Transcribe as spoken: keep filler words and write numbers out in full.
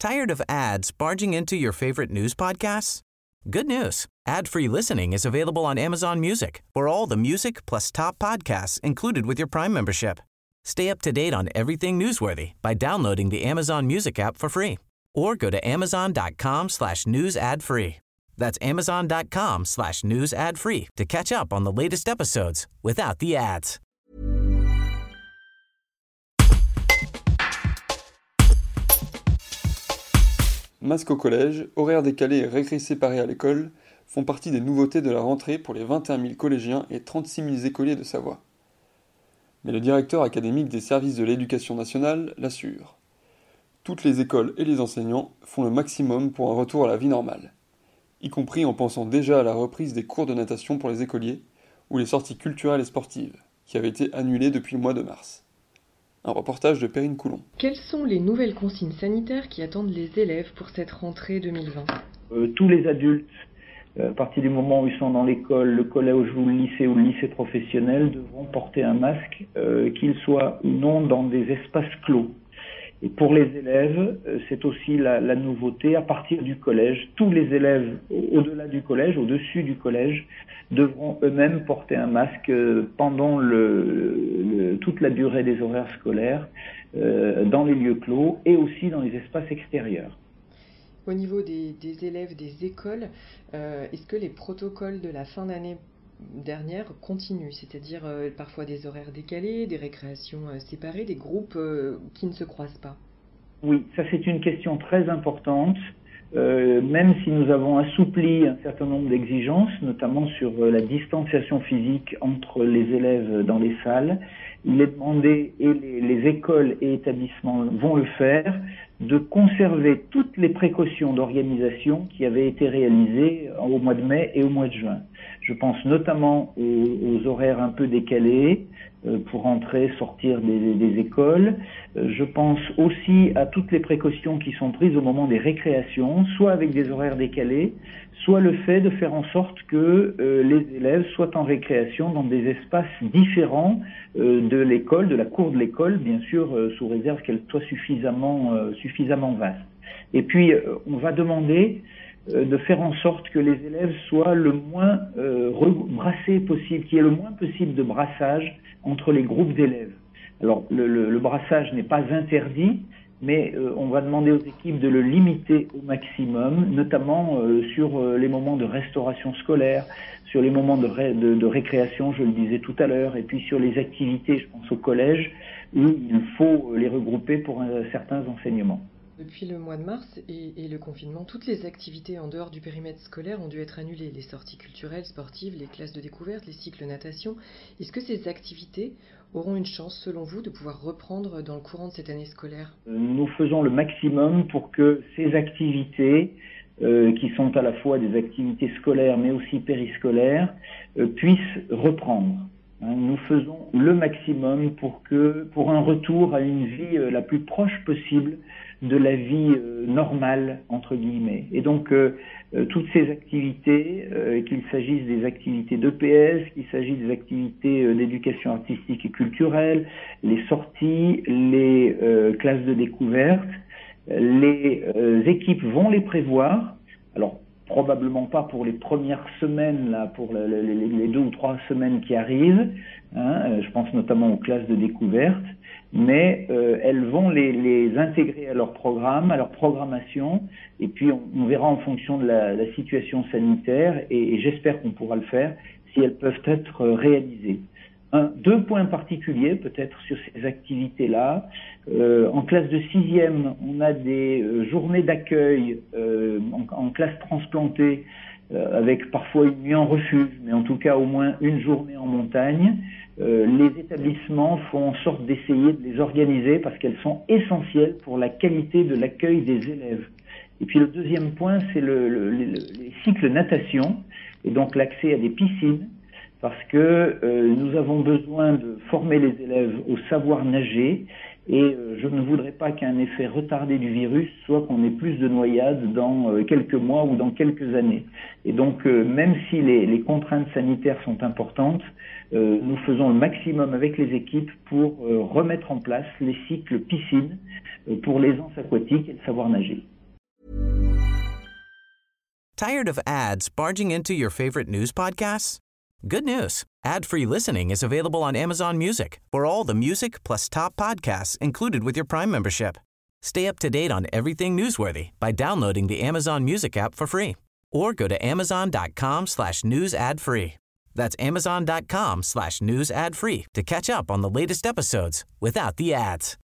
Tired of ads barging into your favorite news podcasts? Good news. Ad-free listening is available on Amazon Music for all the music plus top podcasts included with your Prime membership. Stay up to date on everything newsworthy by downloading the Amazon Music app for free or go to amazon.com slash news ad free. That's amazon.com slash news ad free to catch up on the latest episodes without the ads. Masque au collège, horaires décalés et récré séparés à l'école font partie des nouveautés de la rentrée pour les vingt et un mille collégiens et trente-six mille écoliers de Savoie. Mais le directeur académique des services de l'éducation nationale l'assure. Toutes les écoles et les enseignants font le maximum pour un retour à la vie normale, y compris en pensant déjà à la reprise des cours de natation pour les écoliers ou les sorties culturelles et sportives, qui avaient été annulées depuis le mois de mars. Un reportage de Perrine Coulon. Quelles sont les nouvelles consignes sanitaires qui attendent les élèves pour cette rentrée deux mille vingt ? euh, Tous les adultes, à partir du moment où ils sont dans l'école, le collège ou le lycée ou le lycée professionnel, devront porter un masque, euh, qu'ils soient ou non dans des espaces clos. Et pour les élèves, c'est aussi la, la nouveauté, à partir du collège, tous les élèves au-delà du collège, au-dessus du collège, devront eux-mêmes porter un masque pendant le, le, toute la durée des horaires scolaires, euh, dans les lieux clos et aussi dans les espaces extérieurs. Au niveau des, des élèves des écoles, euh, est-ce que les protocoles de la fin d'année dernière continuent, c'est-à-dire euh, parfois des horaires décalés, des récréations euh, séparées, des groupes euh, qui ne se croisent pas? Oui, ça c'est une question très importante. Euh, même si nous avons assoupli un certain nombre d'exigences, notamment sur euh, la distanciation physique entre les élèves dans les salles, il est demandé, et les, les écoles et établissements vont le faire, de conserver toutes les précautions d'organisation qui avaient été réalisées au mois de mai et au mois de juin. Je pense notamment aux, aux horaires un peu décalés euh, pour entrer, sortir des, des écoles. Euh, je pense aussi à toutes les précautions qui sont prises au moment des récréations, soit avec des horaires décalés, soit le fait de faire en sorte que euh, les élèves soient en récréation dans des espaces différents euh, de l'école, de la cour de l'école, bien sûr, euh, sous réserve qu'elle soit suffisamment, euh, suffisamment vaste. Et puis, euh, on va demander euh, de faire en sorte que les élèves soient le moins euh, brassés possible, qu'il y ait le moins possible de brassage entre les groupes d'élèves. Alors, le, le, le brassage n'est pas interdit, mais euh, on va demander aux équipes de le limiter au maximum, notamment euh, sur euh, les moments de restauration scolaire, sur les moments de, ré, de, de récréation, je le disais tout à l'heure, et puis sur les activités, je pense au collège, où il faut les regrouper pour euh, certains enseignements. Depuis le mois de mars et, et le confinement, toutes les activités en dehors du périmètre scolaire ont dû être annulées. Les sorties culturelles, sportives, les classes de découverte, les cycles natation. Est-ce que ces activités auront une chance, selon vous, de pouvoir reprendre dans le courant de cette année scolaire ? Nous faisons le maximum pour que ces activités, euh, qui sont à la fois des activités scolaires mais aussi périscolaires, euh, puissent reprendre. Hein, nous faisons le maximum pour que, pour un retour à une vie euh, la plus proche possible de la vie euh, normale, entre guillemets. Et donc, euh, euh, toutes ces activités, euh, qu'il s'agisse des activités d'E P S, qu'il s'agisse des activités euh, d'éducation artistique et culturelle, les sorties, les euh, classes de découverte, les euh, équipes vont les prévoir. Alors, probablement pas pour les premières semaines, là, pour le, les, les deux ou trois semaines qui arrivent, hein, je pense notamment aux classes de découverte, mais euh, elles vont les, les intégrer à leur programme, à leur programmation, et puis on, on verra en fonction de la, la situation sanitaire, et, et j'espère qu'on pourra le faire, si elles peuvent être réalisées. Un, deux points particuliers peut-être sur ces activités-là. Euh, en classe de sixième, on a des euh, journées d'accueil euh, en, en classe transplantée, euh, avec parfois une nuit en refuge, mais en tout cas au moins une journée en montagne. Euh, les établissements font en sorte d'essayer de les organiser parce qu'elles sont essentielles pour la qualité de l'accueil des élèves. Et puis le deuxième point, c'est le, le, le, les cycles natation et donc l'accès à des piscines, parce que euh, nous avons besoin de former les élèves au savoir nager Et euh, je ne voudrais pas qu'un effet retardé du virus soit qu'on ait plus de noyades dans euh, quelques mois ou dans quelques années. Et donc, euh, même si les, les contraintes sanitaires sont importantes, euh, nous faisons le maximum avec les équipes pour euh, remettre en place les cycles piscine euh, pour l'aisance aquatique et le savoir nager. Tired of ads barging into your favorite news podcasts? Good news. Ad-free listening is available on Amazon Music for all the music plus top podcasts included with your Prime membership. Stay up to date on everything newsworthy by downloading the Amazon Music app for free or go to amazon.com slash news ad free. That's amazon.com slash news ad free to catch up on the latest episodes without the ads.